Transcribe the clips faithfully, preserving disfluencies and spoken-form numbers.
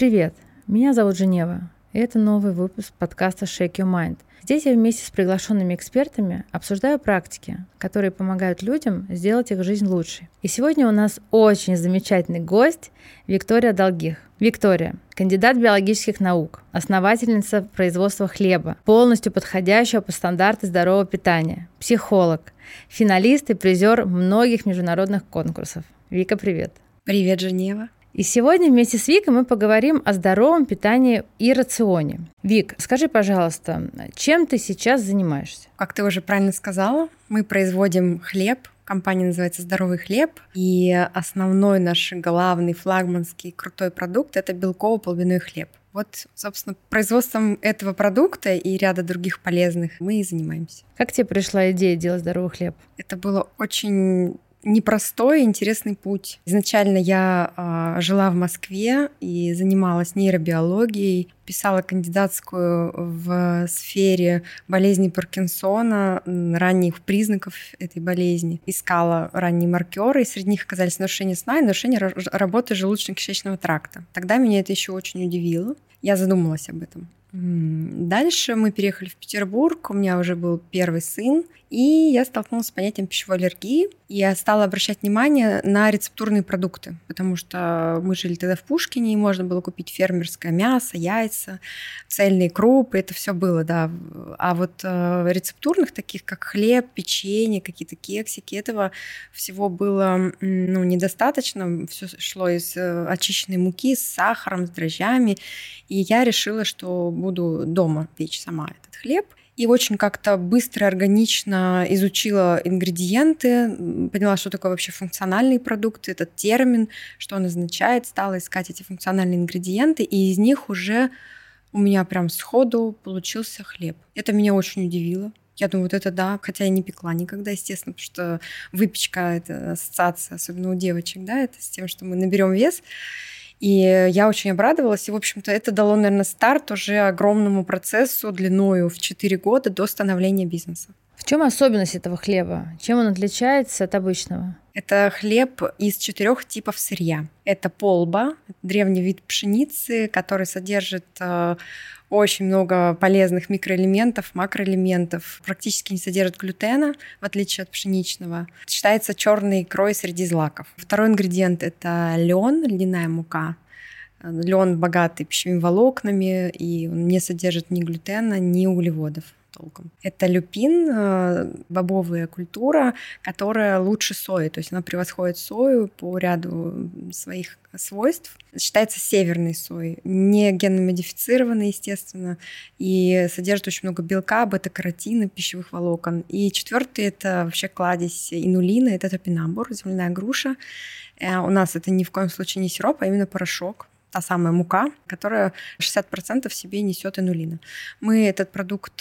Привет, меня зовут Женева, и это новый выпуск подкаста Shake Your Mind. Здесь я вместе с приглашенными экспертами обсуждаю практики, которые помогают людям сделать их жизнь лучше. И сегодня у нас очень замечательный гость Виктория Долгих. Виктория – кандидат биологических наук, основательница производства хлеба, полностью подходящего по стандарту здорового питания, психолог, финалист и призер многих международных конкурсов. Вика, привет. Привет, Женева. И сегодня вместе с Викой мы поговорим о здоровом питании и рационе. Вик, скажи, пожалуйста, чем ты сейчас занимаешься? Как ты уже правильно сказала, мы производим хлеб. Компания называется «Здоровый хлеб». И основной наш главный флагманский крутой продукт – это белково-полбяной хлеб. Вот, собственно, производством этого продукта и ряда других полезных мы и занимаемся. Как тебе пришла идея делать здоровый хлеб? Это было очень непростой, интересный путь. Изначально я э, жила в Москве и занималась нейробиологией, писала кандидатскую в сфере болезни Паркинсона, ранних признаков этой болезни. Искала ранние маркеры, и среди них оказались нарушения сна и нарушения работы желудочно-кишечного тракта. Тогда меня это еще очень удивило. Я задумалась об этом. Дальше мы переехали в Петербург, у меня уже был первый сын, и я столкнулась с понятием пищевой аллергии. И я стала обращать внимание на рецептурные продукты, потому что мы жили тогда в Пушкине, и можно было купить фермерское мясо, яйца, цельные крупы, это все было, да. А вот э, рецептурных, таких как хлеб, печенье, какие-то кексики, этого всего было ну, недостаточно. Все шло из э, очищенной муки, с сахаром, с дрожжами. И я решила, что буду дома печь сама этот хлеб. И очень как-то быстро, органично изучила ингредиенты, поняла, что такое вообще функциональные продукты, этот термин, что он означает, стала искать эти функциональные ингредиенты, и из них уже у меня прям сходу получился хлеб. Это меня очень удивило. Я думаю, вот это да, хотя я не пекла никогда, естественно, потому что выпечка — это ассоциация, особенно у девочек, да, это с тем, что мы наберем вес. И я очень обрадовалась, и, в общем-то, это дало, наверное, старт уже огромному процессу длиною в четыре года до становления бизнеса. В чем особенность этого хлеба? Чем он отличается от обычного? Это хлеб из четырех типов сырья. Это полба, древний вид пшеницы, который содержит э, очень много полезных микроэлементов, макроэлементов, практически не содержит глютена, в отличие от пшеничного. Считается черной икрой среди злаков. Второй ингредиент – это лен, льняная мука. Лен богатый пищевыми волокнами, и он не содержит ни глютена, ни углеводов толком. Это люпин, бобовая культура, которая лучше сои, то есть она превосходит сою по ряду своих свойств. Считается северной соей, не генно-модифицированной, естественно, и содержит очень много белка, бета-каротина, пищевых волокон. И четвертый — это вообще кладезь инулина, это топинамбур, земляная груша. У нас это ни в коем случае не сироп, а именно порошок. Та самая мука, которая шестьдесят процентов в себе несет инулина. Мы этот продукт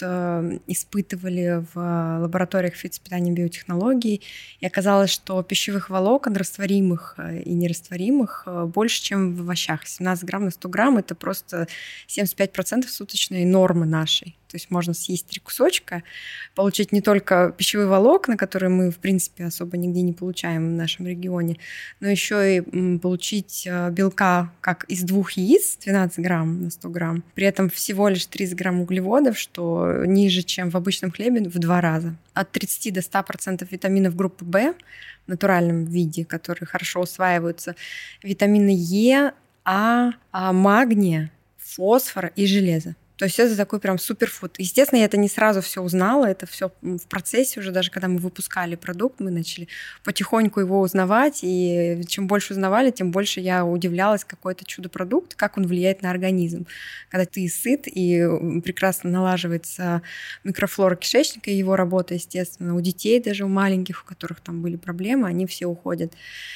испытывали в лабораториях фитоспитания и биотехнологий, и оказалось, что пищевых волокон, растворимых и нерастворимых, больше, чем в овощах. семнадцать грамм на сто грамм – это просто семьдесят пять процентов суточной нормы нашей. То есть можно съесть три кусочка, получить не только пищевые волокна, которые мы, в принципе, особо нигде не получаем в нашем регионе, но еще и получить белка, как из двух яиц, двенадцать грамм на сто грамм. При этом всего лишь тридцать грамм углеводов, что ниже, чем в обычном хлебе, в два раза. От тридцати до ста процентов витаминов группы В в натуральном виде, которые хорошо усваиваются, витамины Е, А, а магния, фосфора и железа. То есть это такой прям суперфуд. Естественно, я это не сразу все узнала, это все в процессе уже, даже когда мы выпускали продукт, мы начали потихоньку его узнавать, и чем больше узнавали, тем больше я удивлялась, какой это чудо-продукт, как он влияет на организм. Когда ты сыт и прекрасно налаживается микрофлора кишечника и его работа, естественно, у детей, даже у маленьких, у которых там были проблемы, они все уходят.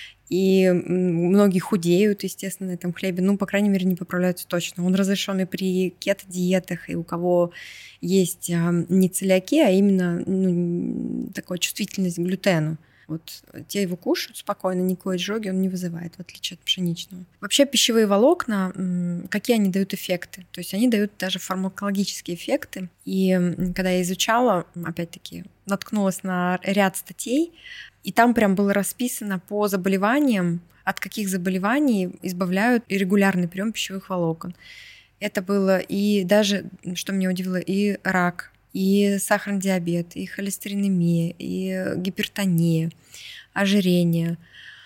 И многие худеют, естественно, на этом хлебе. Ну, по крайней мере, не поправляются точно. Он разрешен и при кето-диетах, и у кого есть не целиакия, а именно ну, такая чувствительность к глютену. Вот те его кушают спокойно, никакой изжоги он не вызывает, в отличие от пшеничного. Вообще пищевые волокна, какие они дают эффекты? То есть они дают даже фармакологические эффекты. И когда я изучала, опять-таки, наткнулась на ряд статей, и там прям было расписано по заболеваниям от каких заболеваний избавляют и регулярный прием пищевых волокон. Это было и даже, что меня удивило, и рак, и сахарный диабет, и холестеринемия, и гипертония, ожирение,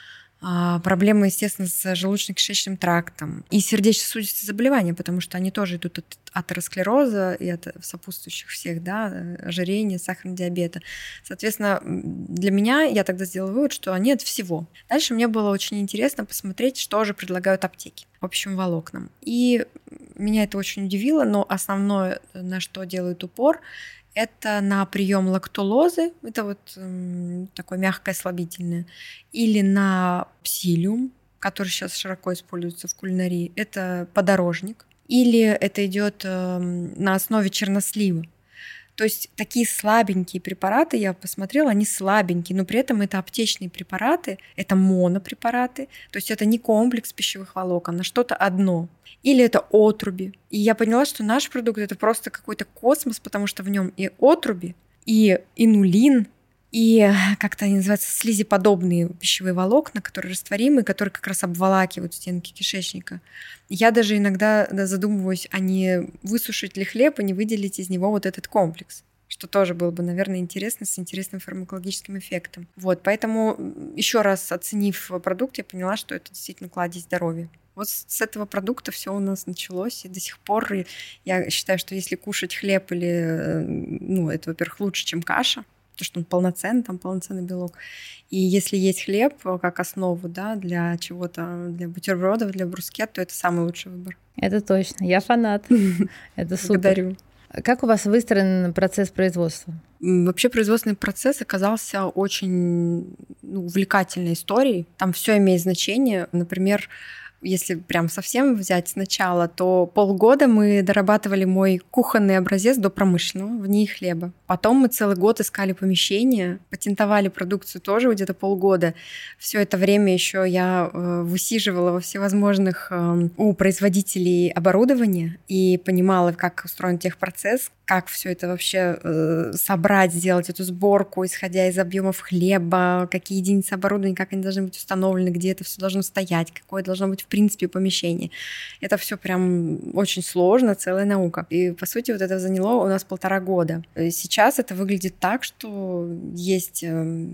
проблемы, естественно, с желудочно-кишечным трактом и сердечно-сосудистые заболевания, потому что они тоже идут от атеросклероза и от сопутствующих всех, да, ожирения, сахарного диабета. Соответственно, для меня, я тогда сделала вывод, что они от всего. Дальше мне было очень интересно посмотреть, что же предлагают аптеки общим волокнам. И меня это очень удивило, но основное, на что делают упор, это на прием лактулозы, это вот м, такое мягкое слабительное, или на псилиум, который сейчас широко используется в кулинарии, это подорожник, или это идет э, на основе чернослива. То есть такие слабенькие препараты, я посмотрела, они слабенькие, но при этом это аптечные препараты, это монопрепараты, то есть это не комплекс пищевых волокон, а что-то одно. Или это отруби. И я поняла, что наш продукт — это просто какой-то космос, потому что в нем и отруби, и инулин, и, как-то они называются, слизеподобные пищевые волокна, которые растворимые, которые как раз обволакивают стенки кишечника. Я даже иногда задумываюсь, а не высушить ли хлеб и не выделить из него вот этот комплекс, что тоже было бы, наверное, интересно, с интересным фармакологическим эффектом. Вот, поэтому еще раз оценив продукт, я поняла, что это действительно кладезь здоровья. Вот с этого продукта все у нас началось, и до сих пор я считаю, что если кушать хлеб или, ну, это, во-первых, лучше, чем каша, потому что он полноценный, там полноценный белок. И если есть хлеб как основу, да, для чего-то, для бутербродов, для брускет, то это самый лучший выбор. Это точно. Я фанат. Это супер. Благодарю. Как у вас выстроен процесс производства? Вообще производственный процесс оказался очень, ну, увлекательной историей. Там все имеет значение. Например, если прям совсем взять сначала, то полгода мы дорабатывали мой кухонный образец до промышленного в НИИ хлеба. Потом мы целый год искали помещение, патентовали продукцию тоже где-то полгода. Все это время еще я высиживала во всевозможных у производителей оборудования и понимала, как устроен техпроцесс, как все это вообще собрать, сделать эту сборку, исходя из объемов хлеба, какие единицы оборудования, как они должны быть установлены, где это все должно стоять, какое должно быть в принципе помещение. Это все прям очень сложно, целая наука. И по сути вот это заняло у нас полтора года. Сейчас это выглядит так, что есть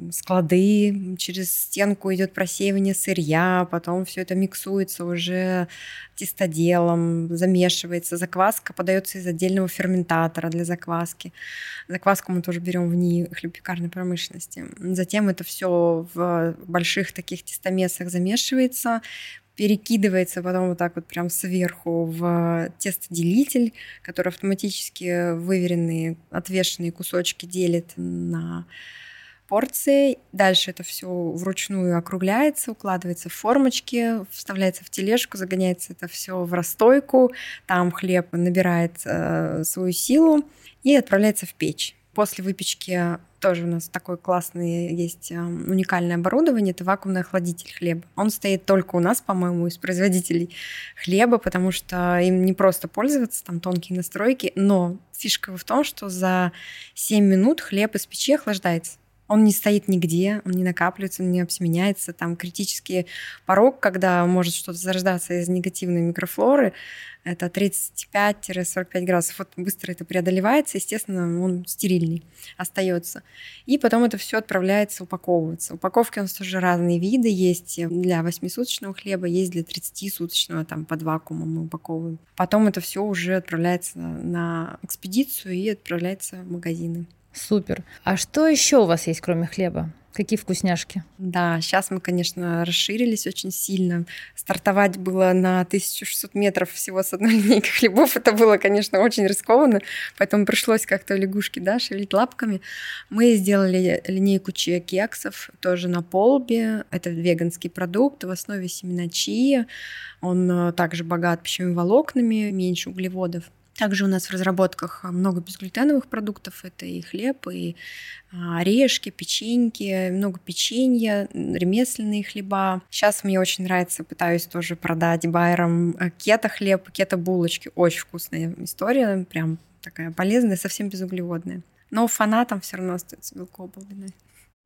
склады, через стенку идет просеивание сырья, потом все это миксуется уже тестоделом, замешивается, закваска подается из отдельного ферментатора для закваски. Закваску мы тоже берем в НИИ хлебопекарной промышленности. Затем это все в больших таких тестомесах замешивается, перекидывается потом вот так вот прям сверху в тестоделитель, который автоматически выверенные, отвешенные кусочки делит на порции. Дальше это все вручную округляется, укладывается в формочки, вставляется в тележку, загоняется это все в расстойку. Там хлеб набирает э, свою силу и отправляется в печь. После выпечки тоже у нас такое классное есть уникальное оборудование, это вакуумный охладитель хлеба. Он стоит только у нас, по-моему, из производителей хлеба, потому что им не просто пользоваться, там тонкие настройки, но фишка в том, что за семь минут хлеб из печи охлаждается. Он не стоит нигде, он не накапливается, он не обсеменяется. Там критический порог, когда может что-то зарождаться из негативной микрофлоры, это тридцать пять - сорок пять градусов. Вот быстро это преодолевается, естественно, он стерильный остается. И потом это все отправляется упаковываться. Упаковки у нас тоже разные виды. Есть для восьмисуточного хлеба, есть для тридцатисуточного, там под вакуумом мы упаковываем. Потом это все уже отправляется на экспедицию и отправляется в магазины. Супер. А что еще у вас есть, кроме хлеба? Какие вкусняшки? Да, сейчас мы, конечно, расширились очень сильно. Стартовать было на тысячу шестьсот метров всего с одной линейкой хлебов. Это было, конечно, очень рискованно, поэтому пришлось как-то лягушки, да, шевелить лапками. Мы сделали линейку чиа-кексов тоже на полбе. Это веганский продукт, в основе семена чиа. Он также богат пищевыми волокнами, меньше углеводов. Также у нас в разработках много безглютеновых продуктов. Это и хлеб, и орешки, печеньки, много печенья, ремесленные хлеба. Сейчас мне очень нравится, пытаюсь тоже продать байерам кето-хлеб, кето-булочки. Очень вкусная история, прям такая полезная, совсем безуглеводная. Но фанатом все равно остается белково-оболочной.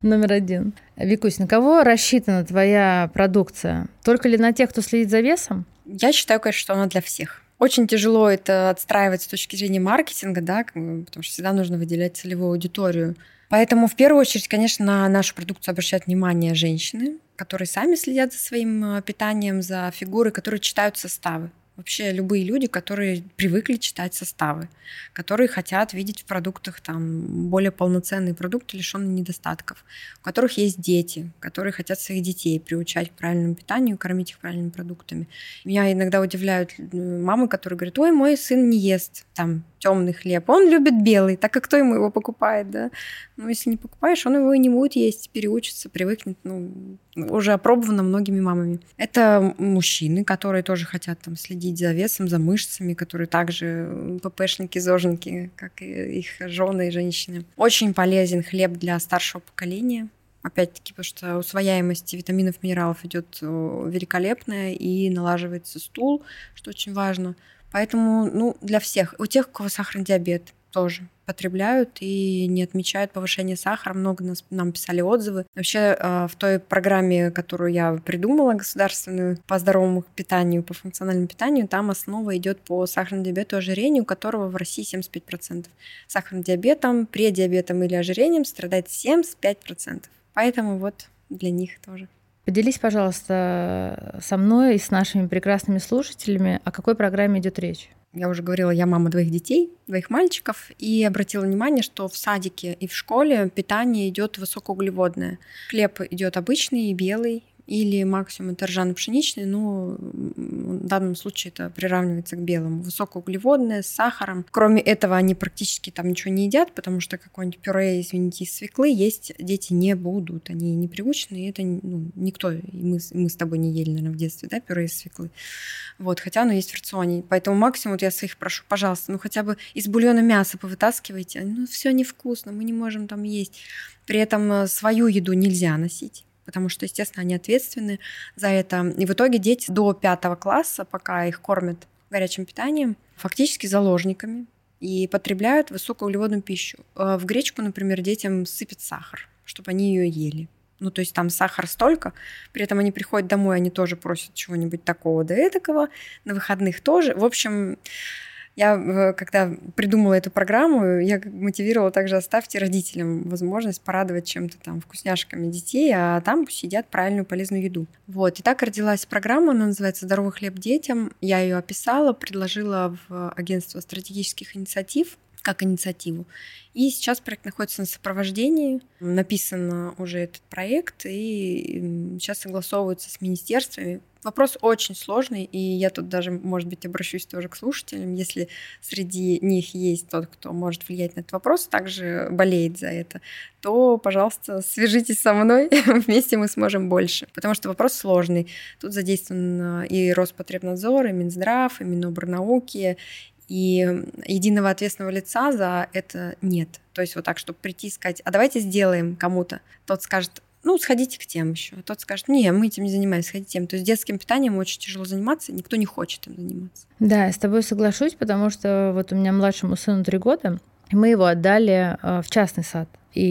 Номер один. Викусь, на кого рассчитана твоя продукция? Только ли на тех, кто следит за весом? Я считаю, конечно, что она для всех. Очень тяжело это отстраивать с точки зрения маркетинга, да, потому что всегда нужно выделять целевую аудиторию. Поэтому в первую очередь, конечно, на нашу продукцию обращают внимание женщины, которые сами следят за своим питанием, за фигурой, которые читают составы. Вообще любые люди, которые привыкли читать составы, которые хотят видеть в продуктах там более полноценные продукты, лишенные недостатков, у которых есть дети, которые хотят своих детей приучать к правильному питанию, кормить их правильными продуктами. Меня иногда удивляют мамы, которые говорят: ой, мой сын не ест там темный хлеб, он любит белый, так как кто ему его покупает, да? Ну, если не покупаешь, он его и не будет есть, переучится, привыкнет, ну, уже опробовано многими мамами. Это мужчины, которые тоже хотят там следить за весом, за мышцами, которые также ппшники, зожники, как и их жены и женщины. Очень полезен хлеб для старшего поколения. Опять-таки, потому что усвояемость витаминов, минералов идет великолепная и налаживается стул, что очень важно. Поэтому, ну, для всех. У тех, у кого сахарный диабет, тоже потребляют и не отмечают повышение сахара. Много нас, нам писали отзывы. Вообще в той программе, которую я придумала, государственную по здоровому питанию, по функциональному питанию, там основа идет по сахарному диабету и ожирению, у которого в России семьдесят пять процентов. Сахарным диабетом, предиабетом или ожирением страдает семьдесят пять процентов. Поэтому вот для них тоже. Поделись, пожалуйста, со мной и с нашими прекрасными слушателями, о какой программе идет речь. Я уже говорила, я мама двоих детей, двоих мальчиков, и обратила внимание, что в садике и в школе питание идет высокоуглеводное. Хлеб идет обычный, белый, или максимум это ржано-пшеничный, но в данном случае это приравнивается к белому. Высокоуглеводное, с сахаром. Кроме этого, они практически там ничего не едят, потому что какое-нибудь пюре, извините, из свеклы есть дети не будут. Они не привычны, и это ну, никто, и мы, мы с тобой не ели, наверное, в детстве, да, пюре из свеклы. Вот, хотя оно есть в рационе. Поэтому максимум вот я своих прошу, пожалуйста, ну хотя бы из бульона мясо повытаскивайте. Ну все невкусно, мы не можем там есть. При этом свою еду нельзя носить, потому что, естественно, они ответственны за это. И в итоге дети до пятого класса, пока их кормят горячим питанием, фактически заложниками и потребляют высокоуглеводную пищу. В гречку, например, детям сыпят сахар, чтобы они ее ели. Ну, то есть там сахар столько, при этом они приходят домой, они тоже просят чего-нибудь такого да этакого, на выходных тоже. В общем, я, когда придумала эту программу, я мотивировала также: оставьте родителям возможность порадовать чем-то там вкусняшками детей, а там пусть едят правильную полезную еду. Вот. И так родилась программа, она называется «Здоровый хлеб детям». Я ее описала, предложила в агентство стратегических инициатив как инициативу. И сейчас проект находится на сопровождении. Написан уже этот проект, и сейчас согласовывается с министерствами. Вопрос очень сложный, и я тут даже, может быть, обращусь тоже к слушателям. Если среди них есть тот, кто может влиять на этот вопрос, также болеет за это, то, пожалуйста, свяжитесь со мной, вместе мы сможем больше. Потому что вопрос сложный. Тут задействован и Роспотребнадзор, и Минздрав, и Минобрнауки, и единого ответственного лица за это нет. То есть вот так, чтобы прийти и сказать: а давайте сделаем кому-то. Тот скажет: ну, сходите к тем еще. А тот скажет: не, мы этим не занимаемся, сходите к тем. То есть детским питанием очень тяжело заниматься, никто не хочет им заниматься. Да, я с тобой соглашусь, потому что вот у меня младшему сыну три года, и мы его отдали в частный сад.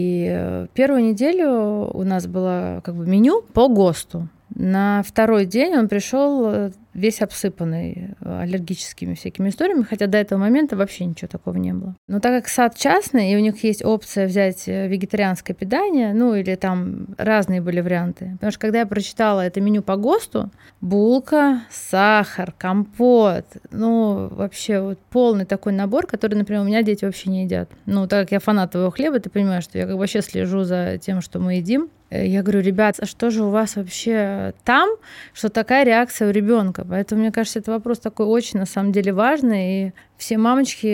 И первую неделю у нас было как бы меню по ГОСТу. На второй день он пришел весь обсыпанный аллергическими всякими историями, хотя до этого момента вообще ничего такого не было. Но так как сад частный, и у них есть опция взять вегетарианское питание, ну или там разные были варианты. Потому что когда я прочитала это меню по ГОСТу, булка, сахар, компот, ну вообще вот полный такой набор, который, например, у меня дети вообще не едят. Ну так как я фанат твоего хлеба, ты понимаешь, что я как бы вообще слежу за тем, что мы едим. Я говорю: ребят, а что же у вас вообще там, что такая реакция у ребенка? Поэтому, мне кажется, это вопрос такой очень, на самом деле, важный. И все мамочки,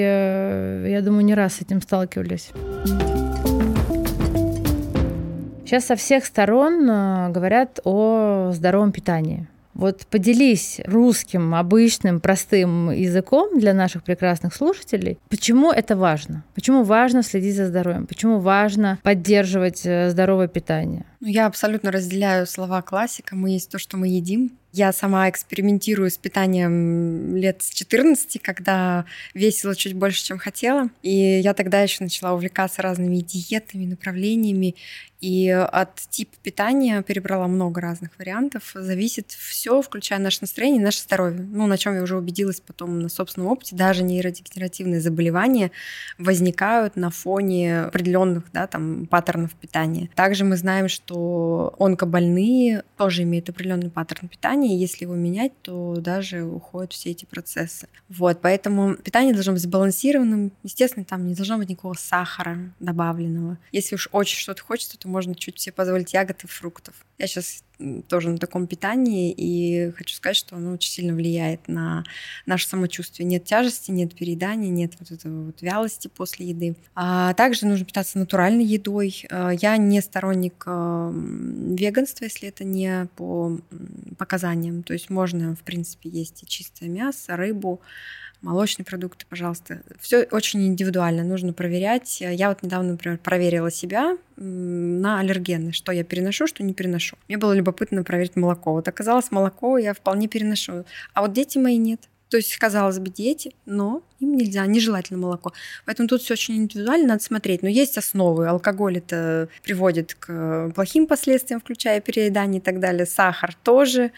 я думаю, не раз с этим сталкивались. Сейчас со всех сторон говорят о здоровом питании. Вот поделись русским, обычным, простым языком для наших прекрасных слушателей. Почему это важно? Почему важно следить за здоровьем? Почему важно поддерживать здоровое питание? Я абсолютно разделяю слова классика. Мы есть то, что мы едим. Я сама экспериментирую с питанием лет с четырнадцати, когда весила чуть больше, чем хотела. И я тогда еще начала увлекаться разными диетами, направлениями. И от типа питания перебрала много разных вариантов. Зависит все, включая наше настроение и наше здоровье. Ну, на чем я уже убедилась потом на собственном опыте. Даже нейродегенеративные заболевания возникают на фоне определенных, да, там, паттернов питания. Также мы знаем, что онкобольные тоже имеют определенный паттерн питания. И если его менять, то даже уходят все эти процессы. Вот, поэтому питание должно быть сбалансированным. Естественно, там не должно быть никакого сахара добавленного. Если уж очень что-то хочется, то можно чуть себе позволить ягод и фруктов. Я сейчас тоже на таком питании, и хочу сказать, что оно очень сильно влияет на наше самочувствие. Нет тяжести, нет переедания, нет вот этого вот вялости после еды. А также нужно питаться натуральной едой. Я не сторонник веганства, если это не по показаниям. То есть можно, в принципе, есть и чистое мясо, рыбу, молочные продукты, пожалуйста. Все очень индивидуально, нужно проверять. Я вот недавно, например, проверила себя на аллергены, что я переношу, что не переношу. Мне было любопытно проверить молоко. Вот оказалось, молоко я вполне переношу, а вот дети мои нет. То есть, казалось бы, дети, но им нельзя, нежелательно молоко. Поэтому тут все очень индивидуально, надо смотреть. Но есть основы. Алкоголь это приводит к плохим последствиям, включая переедание и так далее. Сахар тоже.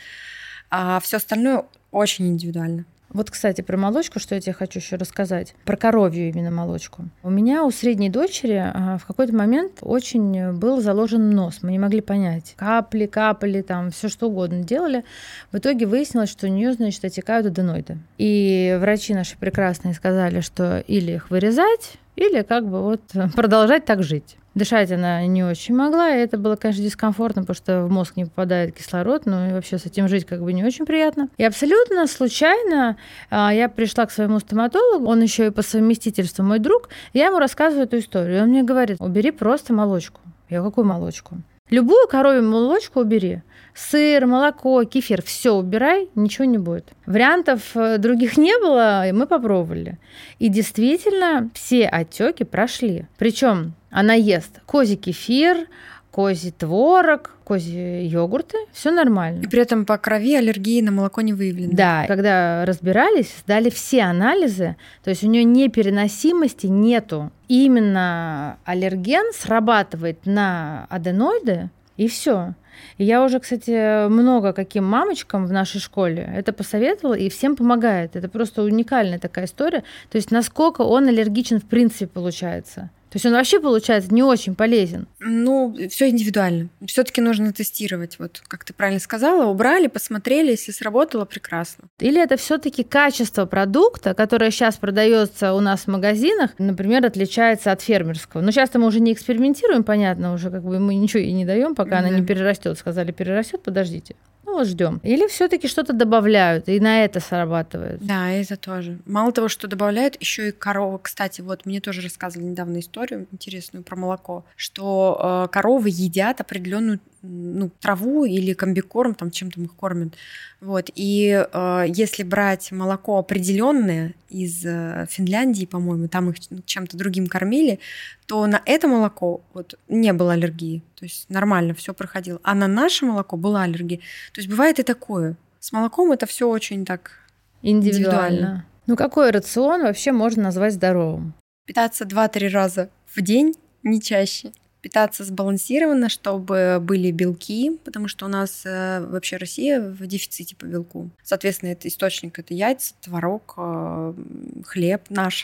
А все остальное очень индивидуально. Вот, кстати, про молочку, что я тебе хочу еще рассказать. Про коровью именно молочку. У меня у средней дочери в какой-то момент очень был заложен нос. Мы не могли понять. Капли, капали, там все что угодно делали. В итоге выяснилось, что у нее, значит, отекают аденоиды. И врачи наши прекрасные сказали, что или их вырезать, или как бы вот продолжать так жить. Дышать она не очень могла, и это было, конечно, дискомфортно, потому что в мозг не попадает кислород, ну и вообще с этим жить как бы не очень приятно. И абсолютно случайно а, я пришла к своему стоматологу, он еще и по совместительству мой друг, я ему рассказываю эту историю, и он мне говорит: убери просто молочку. Я: какую молочку? Любую коровью молочку убери. Сыр, молоко, кефир, все убирай, ничего не будет. Вариантов других не было, и мы попробовали. И действительно, все отеки прошли. Причем она ест козий кефир, козий творог, козьи йогурты, все нормально. И при этом по крови аллергии на молоко не выявлено. Да, когда разбирались, сдали все анализы, то есть у нее непереносимости нету. Именно аллерген срабатывает на аденоиды, и все. И я уже, кстати, много каким мамочкам в нашей школе это посоветовала, и всем помогает. Это просто уникальная такая история. То есть насколько он аллергичен в принципе получается. То есть он вообще, получается, не очень полезен. Ну, все индивидуально. Все-таки нужно тестировать. Вот, как ты правильно сказала, убрали, посмотрели, если сработало, прекрасно. Или это все-таки качество продукта, которое сейчас продается у нас в магазинах, например, отличается от фермерского. Но сейчас мы уже не экспериментируем, понятно, уже как бы мы ничего и не даем, пока mm-hmm. она не перерастет. Сказали, перерастет, подождите. Ну, вот ждем. Или все-таки что-то добавляют, и на это срабатывает. Да, это тоже. Мало того, что добавляют, еще и корова. Кстати, вот мне тоже рассказывали недавно историю интересную про молоко, что э, коровы едят определенную ну, траву или комбикорм, там чем-то их кормят. Вот. И э, если брать молоко определенное из э, Финляндии, по-моему, там их чем-то другим кормили, то на это молоко вот, не было аллергии. То есть нормально все проходило. А на наше молоко была аллергия. То есть бывает и такое. С молоком это все очень так индивидуально. индивидуально. Ну какой рацион вообще можно назвать здоровым? Питаться два-три раза в день, не чаще. Питаться сбалансированно, чтобы были белки, потому что у нас э, вообще Россия в дефиците по белку. Соответственно, это источник, это яйца, творог, э, хлеб наш,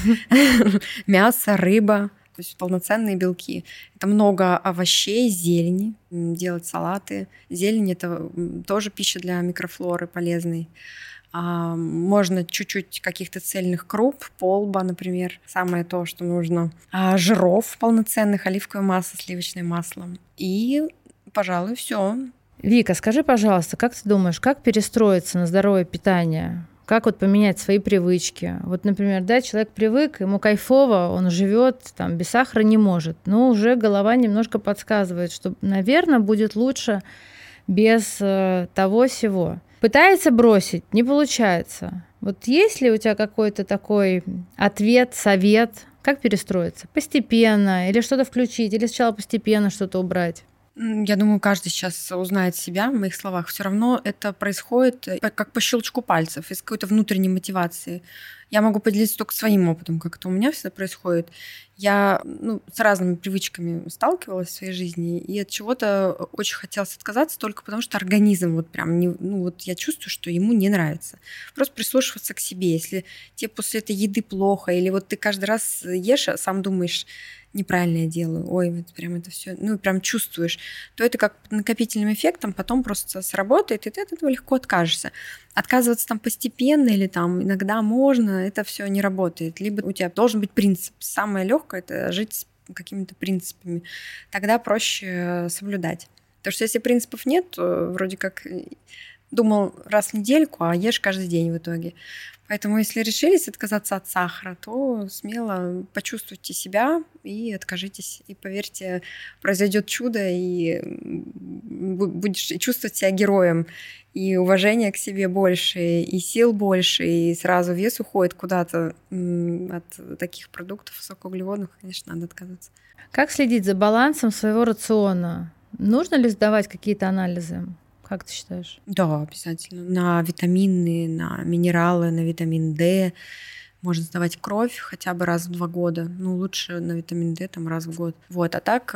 мясо, рыба, то есть полноценные белки. Это много овощей, зелени, делать салаты. Зелень – это тоже пища для микрофлоры полезной. Можно чуть-чуть каких-то цельных круп, полба, например, самое то, что нужно. Жиров полноценных, оливковое масло, сливочное масло. И, пожалуй, все. Вика, скажи, пожалуйста, как ты думаешь, как перестроиться на здоровое питание? Как вот поменять свои привычки? Вот, например, да, человек привык, ему кайфово, он живет, там, без сахара не может, но уже голова немножко подсказывает, что, наверное, будет лучше без э, того-сего. Пытается бросить, не получается. Вот есть ли у тебя какой-то такой ответ, совет, как перестроиться? Постепенно или что-то включить, или сначала постепенно что-то убрать? Я думаю, каждый сейчас узнает себя в моих словах. Все равно это происходит как по щелчку пальцев, из какой-то внутренней мотивации. Я могу поделиться только своим опытом, как это у меня всегда происходит. Я ну, с разными привычками сталкивалась в своей жизни, и от чего-то очень хотелось отказаться только потому, что организм вот прям, не, ну вот я чувствую, что ему не нравится. Просто прислушиваться к себе. Если тебе после этой еды плохо, или вот ты каждый раз ешь, а сам думаешь, неправильно я делаю, ой, вот прям это все, ну, прям чувствуешь, то это как накопительным эффектом потом просто сработает, и ты от этого легко откажешься. Отказываться там постепенно или там иногда можно, это все не работает. Либо у тебя должен быть принцип. Самое легкое это жить с какими-то принципами. Тогда проще соблюдать. Потому что если принципов нет, то вроде как думал раз в недельку, а ешь каждый день в итоге. Поэтому, если решились отказаться от сахара, то смело почувствуйте себя и откажитесь. И поверьте, произойдет чудо, и будешь чувствовать себя героем. И уважения к себе больше, и сил больше, и сразу вес уходит куда-то от таких продуктов высокоуглеводных, конечно, надо отказаться. Как следить за балансом своего рациона? Нужно ли сдавать какие-то анализы? Как ты считаешь? Да, обязательно. На витамины, на минералы, на витамин D. Можно сдавать кровь хотя бы раз в два года. Ну, лучше на витамин D там раз в год. Вот. А так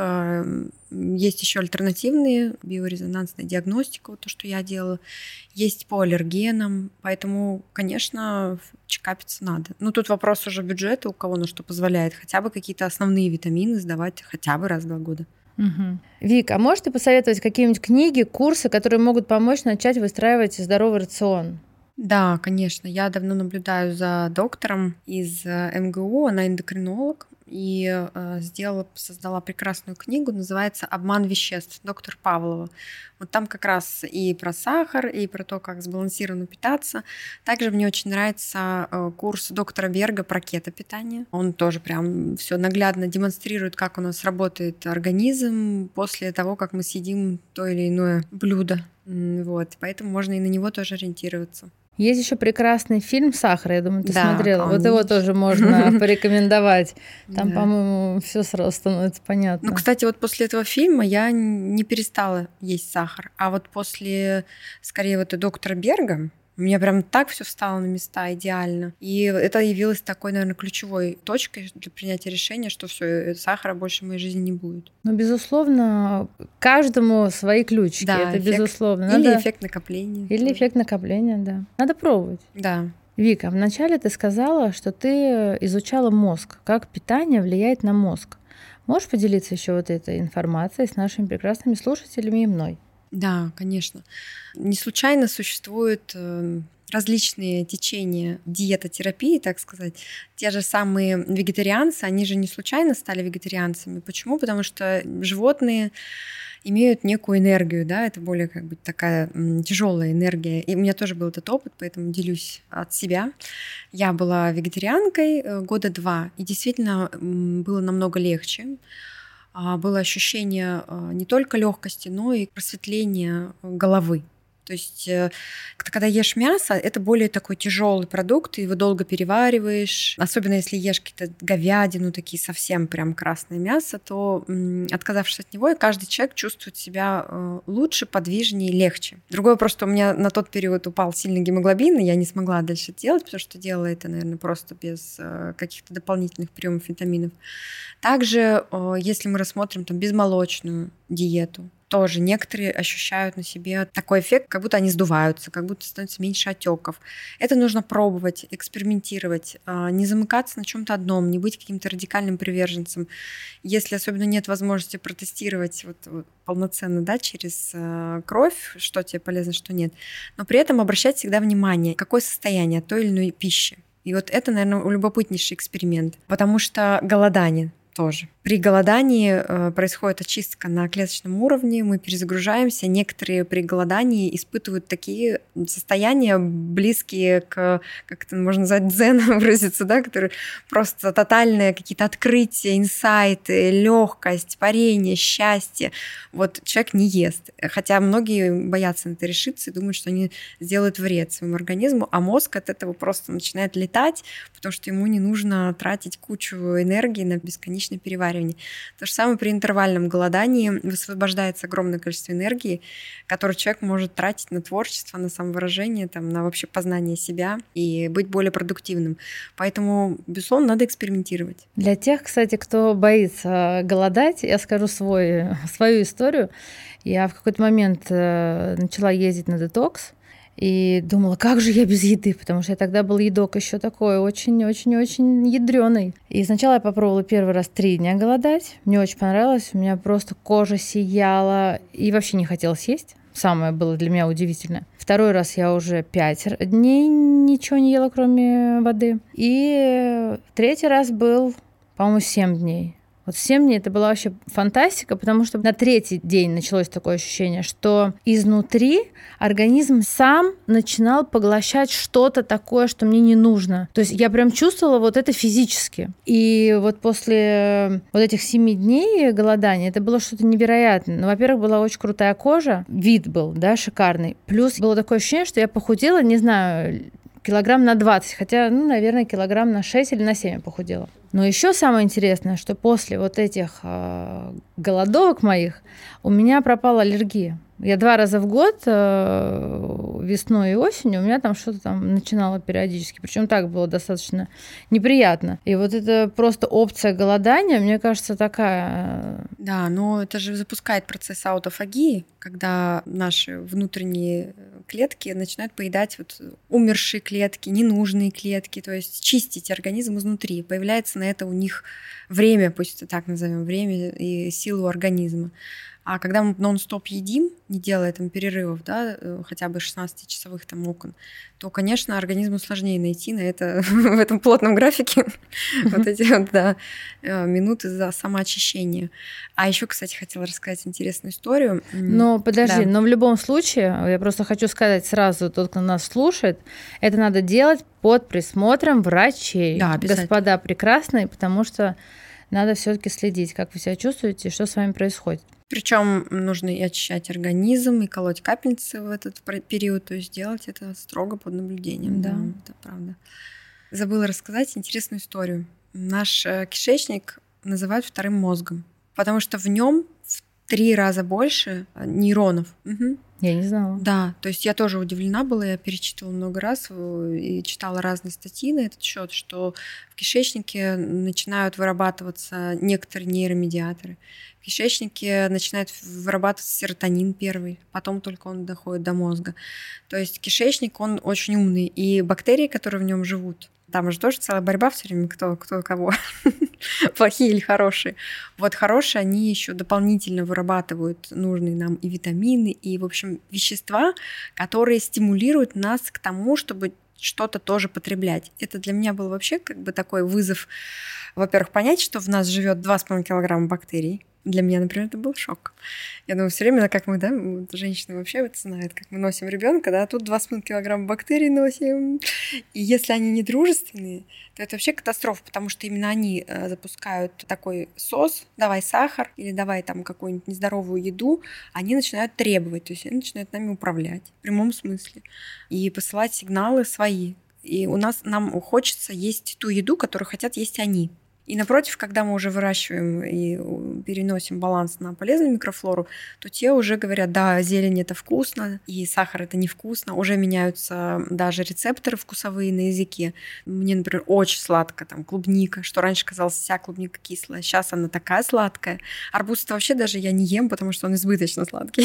есть еще альтернативные биорезонансная диагностика, вот то, что я делала. Есть по аллергенам. Поэтому, конечно, чекапиться надо. Ну, тут вопрос уже бюджета, у кого на что позволяет. Хотя бы какие-то основные витамины сдавать хотя бы раз в два года. Угу. Вик, а можешь ты посоветовать какие-нибудь книги, курсы, которые могут помочь начать выстраивать здоровый рацион? Да, конечно. Я давно наблюдаю за доктором из эм гэ у, она эндокринолог, и сделала, создала прекрасную книгу, называется «Обман веществ», доктор Павлова. Вот там как раз и про сахар, и про то, как сбалансированно питаться. Также мне очень нравится курс доктора Берга про кетопитание. Он тоже прям все наглядно демонстрирует, как у нас работает организм после того, как мы съедим то или иное блюдо. Вот, поэтому можно и на него тоже ориентироваться. Есть еще прекрасный фильм «Сахар», я думаю, ты да, смотрела. конечно. Вот его тоже можно порекомендовать. Там, да. По-моему, все сразу становится понятно. Ну, кстати, вот после этого фильма я не перестала есть сахар. А вот после, скорее, вот доктора Берга, у меня прям так все встало на места идеально. И это явилось такой, наверное, ключевой точкой для принятия решения, что все, сахара больше в моей жизни не будет. Ну, безусловно, каждому свои ключики. Да, это эффект, безусловно. Или Надо... эффект накопления. Или тоже. Эффект накопления, да. Надо пробовать. Да. Вика, вначале ты сказала, что ты изучала мозг, как питание влияет на мозг. Можешь поделиться еще вот этой информацией с нашими прекрасными слушателями и мной? Да, конечно. Не случайно существуют различные течения диетотерапии, так сказать. Те же самые вегетарианцы, они же не случайно стали вегетарианцами. Почему? Потому что животные имеют некую энергию, да, это более как бы такая тяжелая энергия. И у меня тоже был этот опыт, поэтому делюсь от себя. Я была вегетарианкой года два, и действительно было намного легче. Было ощущение не только легкости, но и просветления головы. То есть, когда ешь мясо, это более такой тяжелый продукт, и его долго перевариваешь. Особенно если ешь какие-то говядину, такие совсем прям красное мясо, то, отказавшись от него, каждый человек чувствует себя лучше, подвижнее, легче. Другой вопрос, что у меня на тот период упал сильный гемоглобин, и я не смогла дальше делать, потому что делала это, наверное, просто без каких-то дополнительных приемов витаминов. Также, если мы рассмотрим там безмолочную диету, тоже некоторые ощущают на себе такой эффект, как будто они сдуваются, как будто становится меньше отеков. Это нужно пробовать, экспериментировать, не замыкаться на чем-то одном, не быть каким-то радикальным приверженцем. Если особенно нет возможности протестировать вот, вот, полноценно, да, через кровь, что тебе полезно, что нет, но при этом обращать всегда внимание, какое состояние той или иной пищи. И вот это, наверное, любопытнейший эксперимент, потому что голодание тоже. При голодании э, происходит очистка на клеточном уровне, мы перезагружаемся. Некоторые при голодании испытывают такие состояния, близкие к, как это можно назвать, дзен выразиться, да, которые просто тотальные какие-то открытия, инсайты, легкость, парение, счастье. Вот человек не ест. Хотя многие боятся на это решиться и думают, что они сделают вред своему организму, а мозг от этого просто начинает летать, потому что ему не нужно тратить кучу энергии на бесконечное переваривание. переваривания. То же самое при интервальном голодании высвобождается огромное количество энергии, которую человек может тратить на творчество, на самовыражение, там, на вообще познание себя и быть более продуктивным. Поэтому, безусловно, надо экспериментировать. Для тех, кстати, кто боится голодать, я скажу свой, свою историю. Я в какой-то момент начала ездить на детокс и думала, как же я без еды, потому что я тогда был едок еще такой очень-очень-очень ядрёный. И сначала я попробовала первый раз три дня голодать, мне очень понравилось, у меня просто кожа сияла и вообще не хотелось есть. Самое было для меня удивительное. Второй раз я уже пять дней ничего не ела, кроме воды. И третий раз был, по-моему, семь дней. Вот семь дней это была вообще фантастика, потому что на третий день началось такое ощущение, что изнутри организм сам начинал поглощать что-то такое, что мне не нужно. То есть я прям чувствовала вот это физически. И вот после вот этих семи дней голодания это было что-то невероятное. Ну, во-первых, была очень крутая кожа, вид был, да, шикарный. Плюс было такое ощущение, что я похудела, не знаю, килограмм на двадцать, хотя, ну, наверное, килограмм на шесть или на семь я похудела. Но еще самое интересное, что после вот этих э, голодовок моих у меня пропала аллергия. Я два раза в год, э, весной и осенью, у меня там что-то там начинало периодически. Причем так было достаточно неприятно. И вот это просто опция голодания, мне кажется, такая... Да, но это же запускает процесс аутофагии, когда наши внутренние клетки начинают поедать вот умершие клетки, ненужные клетки, то есть чистить организм изнутри. Появляется на это у них время, пусть это так назовем, время и силу организма. А когда мы нон-стоп едим, не делая там перерывов, да, хотя бы шестнадцатичасовых там окон, то, конечно, организму сложнее найти на это в этом плотном графике вот эти вот, да, минуты за самоочищение. А еще, кстати, хотела рассказать интересную историю. Но подожди, но в любом случае, я просто хочу сказать сразу, тот, кто нас слушает, это надо делать под присмотром врачей. Да, обязательно. Господа прекрасные, потому что надо все-таки следить, как вы себя чувствуете и что с вами происходит. Причем нужно и очищать организм, и колоть капельницы в этот период, то есть делать это строго под наблюдением. Да, да, это правда. Забыла рассказать интересную историю. Наш кишечник называют вторым мозгом, потому что в нем в три раза больше нейронов. Угу. Я не знала. Да, то есть я тоже удивлена была, я перечитывала много раз и читала разные статьи на этот счет, что в кишечнике начинают вырабатываться некоторые нейромедиаторы. В кишечнике начинает вырабатываться серотонин первый, потом только он доходит до мозга. То есть кишечник, он очень умный, и бактерии, которые в нем живут, там же тоже целая борьба все время, кто, кто кого, плохие или хорошие. Вот хорошие, они еще дополнительно вырабатывают нужные нам и витамины, и, в общем, вещества, которые стимулируют нас к тому, чтобы что-то тоже потреблять. Это для меня был вообще как бы такой вызов, во-первых, понять, что в нас живет два с половиной килограмма бактерий. Для меня, например, это был шок. Я думаю, все время, как мы, да, женщины вообще это знают, как мы носим ребенка, да, а тут два с половиной килограмма бактерий носим. И если они не дружественные, то это вообще катастрофа, потому что именно они запускают такой сос, давай сахар или давай там какую-нибудь нездоровую еду, они начинают требовать, то есть они начинают нами управлять в прямом смысле и посылать сигналы свои. И у нас, нам хочется есть ту еду, которую хотят есть они. И напротив, когда мы уже выращиваем и переносим баланс на полезную микрофлору, то те уже говорят, да, зелень это вкусно, и сахар это невкусно. Уже меняются даже рецепторы вкусовые на языке. Мне, например, очень сладко, там, клубника, что раньше казалось, вся клубника кислая, сейчас она такая сладкая. Арбуз вообще даже я не ем, потому что он избыточно сладкий.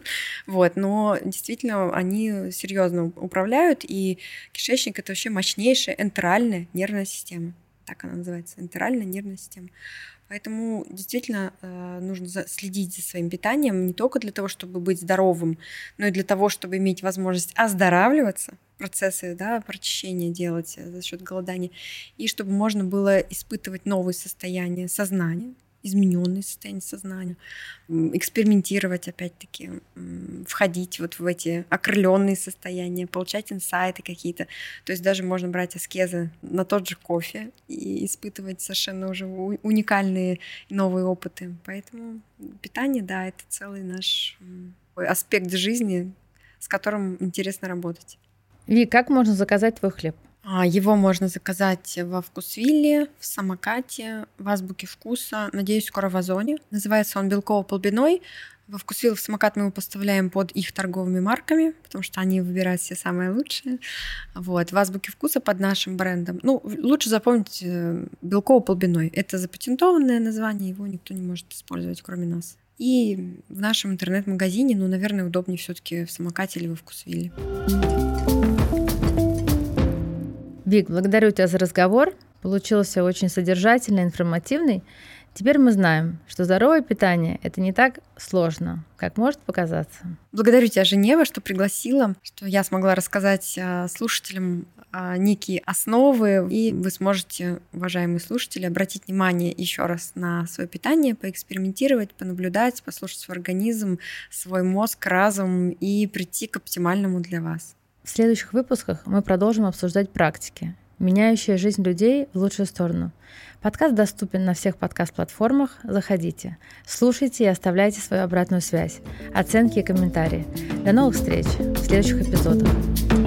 Вот, но действительно они серьезно управляют, и кишечник это вообще мощнейшая энтеральная нервная система. Так она называется, энтеральная нервная система. Поэтому действительно нужно следить за своим питанием не только для того, чтобы быть здоровым, но и для того, чтобы иметь возможность оздоравливаться, процессы, да, прочищения делать за счет голодания, и чтобы можно было испытывать новые состояния сознания, измененные состояния сознания, экспериментировать, опять-таки, входить вот в эти окрыленные состояния, получать инсайты какие-то. То есть даже можно брать аскезы на тот же кофе и испытывать совершенно уже уникальные новые опыты. Поэтому питание, да, это целый наш аспект жизни, с которым интересно работать. Ви, как можно заказать твой хлеб? Его можно заказать во Вкусвилле, в Самокате, в Азбуке Вкуса. Надеюсь, скоро в Озоне. Называется он белково-полбяной. Во Вкусвилл, в Самокат мы его поставляем под их торговыми марками, потому что они выбирают все самые лучшие. Вот. В Азбуке Вкуса под нашим брендом. Ну, лучше запомнить белково-полбяной. Это запатентованное название, его никто не может использовать, кроме нас. И в нашем интернет-магазине, ну, наверное, удобнее все-таки в Самокате или во Вкусвилле. Вик, благодарю тебя за разговор. Получился очень содержательный, информативный. Теперь мы знаем, что здоровое питание – это не так сложно, как может показаться. Благодарю тебя, Женева, что пригласила, что я смогла рассказать слушателям некие основы, и вы сможете, уважаемые слушатели, обратить внимание еще раз на свое питание, поэкспериментировать, понаблюдать, послушать свой организм, свой мозг, разум и прийти к оптимальному для вас. В следующих выпусках мы продолжим обсуждать практики, меняющие жизнь людей в лучшую сторону. Подкаст доступен на всех подкаст-платформах. Заходите, слушайте и оставляйте свою обратную связь, оценки и комментарии. До новых встреч в следующих эпизодах.